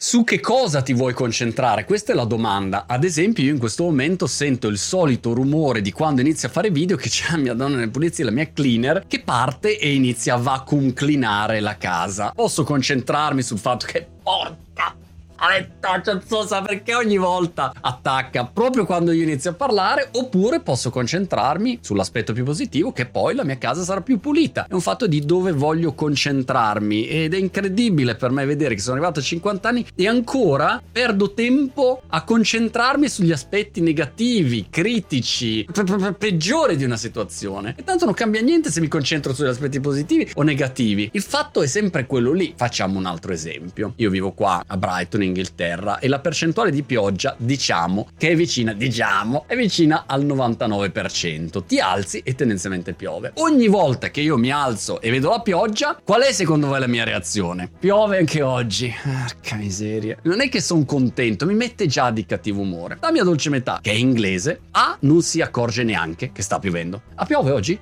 Su che cosa ti vuoi concentrare? Questa è la domanda. Ad esempio, io in questo momento sento il solito rumore di quando inizio a fare video, che c'è la mia donna nelle pulizie, la mia cleaner, che parte e inizia a vacuum cleanare la casa. Posso concentrarmi sul fatto che porca so perché ogni volta attacca proprio quando io inizio a parlare, oppure posso concentrarmi sull'aspetto più positivo, che poi la mia casa sarà più pulita. È un fatto di dove voglio concentrarmi, ed è incredibile per me vedere che sono arrivato a 50 anni e ancora perdo tempo a concentrarmi sugli aspetti negativi, critici, peggiori di una situazione. E tanto non cambia niente se mi concentro sugli aspetti positivi o negativi. Il fatto è sempre quello lì. Facciamo un altro esempio. Io vivo qua a Brighton, in Inghilterra, e la percentuale di pioggia diciamo che è vicina al 99%. Ti alzi e tendenzialmente piove. Ogni volta che io mi alzo e vedo la pioggia, qual è secondo voi la mia reazione? Piove anche oggi. Porca miseria. Non è che sono contento, mi mette già di cattivo umore. La mia dolce metà, che è inglese, non si accorge neanche che sta piovendo. Piove oggi?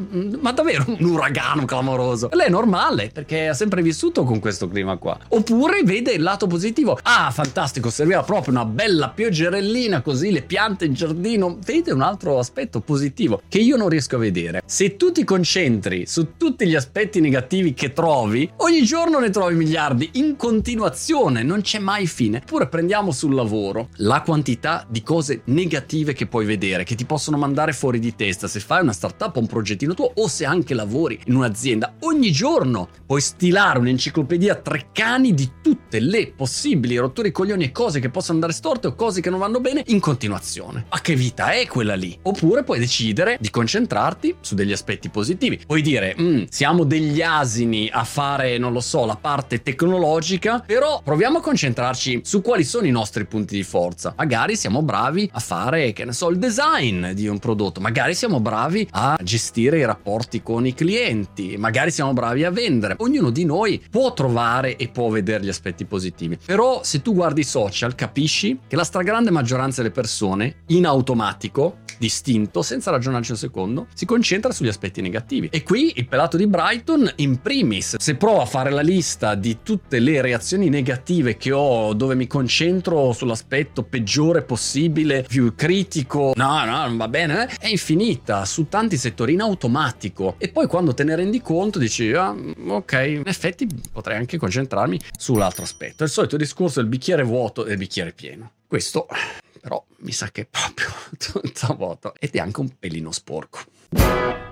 Ma davvero un uragano clamoroso. Lei è normale, perché ha sempre vissuto con questo clima qua. Oppure vede il lato positivo. Fantastico, serviva proprio una bella pioggerellina, così le piante in giardino. Vede un altro aspetto positivo che io non riesco a vedere. Se tu ti concentri su tutti gli aspetti negativi che trovi, ogni giorno ne trovi miliardi in continuazione, non c'è mai fine. Oppure prendiamo sul lavoro la quantità di cose negative che puoi vedere, che ti possono mandare fuori di testa. Se fai una startup o un progettino tuo, o se anche lavori in un'azienda, ogni giorno puoi stilare un'enciclopedia Treccani di tutte le possibili rotture i coglioni e cose che possono andare storte o cose che non vanno bene in continuazione. Ma che vita è quella lì? Oppure puoi decidere di concentrarti su degli aspetti positivi. Puoi dire siamo degli asini a fare, non lo so, la parte tecnologica, però proviamo a concentrarci su quali sono i nostri punti di forza. Magari siamo bravi a fare, che ne so, il design di un prodotto, magari siamo bravi a gestire i rapporti con i clienti, magari siamo bravi a vendere. Ognuno di noi può trovare e può vedere gli aspetti positivi. Però se tu guardi i social capisci che la stragrande maggioranza delle persone in automatico, distinto, senza ragionarci un secondo, si concentra sugli aspetti negativi. E qui il pelato di Brighton in primis, se provo a fare la lista di tutte le reazioni negative che ho, dove mi concentro sull'aspetto peggiore possibile, più critico, no non va bene, è infinita, su tanti settori, in automatico. E poi quando te ne rendi conto dici ok, in effetti potrei anche concentrarmi sull'altro aspetto. Il solito discorso del bicchiere vuoto e del bicchiere pieno. Questo però mi sa che è proprio tutto vuoto ed è anche un pelino sporco.